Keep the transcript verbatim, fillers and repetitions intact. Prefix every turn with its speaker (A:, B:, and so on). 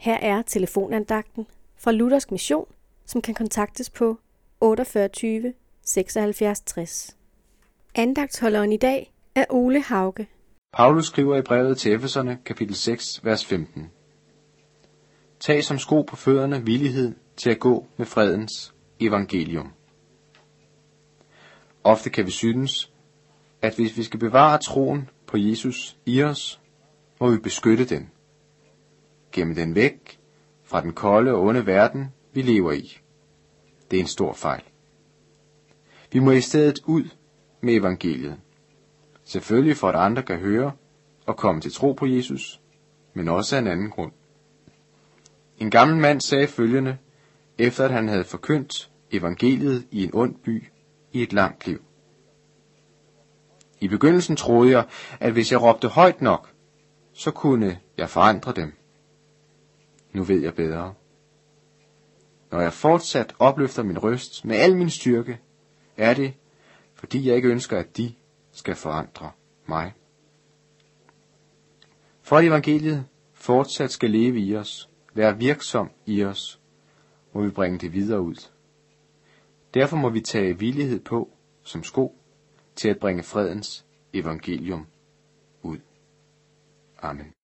A: Her er telefonandagten fra Luthersk Mission, som kan kontaktes på otteogfyrre tyve seksoghalvfjerds tres. Andagtsholderen i dag er Ole Hauge.
B: Paulus skriver i brevet til Efeserne, kapitel seks, vers femten. Tag som sko på fødderne villighed til at gå med fredens evangelium. Ofte kan vi synes, at hvis vi skal bevare troen på Jesus i os, må vi beskytte den. Gemme den væk fra den kolde og onde verden, vi lever i. Det er en stor fejl. Vi må i stedet ud med evangeliet. Selvfølgelig for at andre kan høre og komme til tro på Jesus, men også af en anden grund. En gammel mand sagde følgende, efter at han havde forkyndt evangeliet i en ond by i et langt liv. I begyndelsen troede jeg, at hvis jeg råbte højt nok, så kunne jeg forandre dem. Nu ved jeg bedre. Når jeg fortsat opløfter min røst med al min styrke, er det, fordi jeg ikke ønsker, at de skal forandre mig. For at evangeliet fortsat skal leve i os, være virksom i os, må vi bringe det videre ud. Derfor må vi tage villighed på som sko til at bringe fredens evangelium ud. Amen.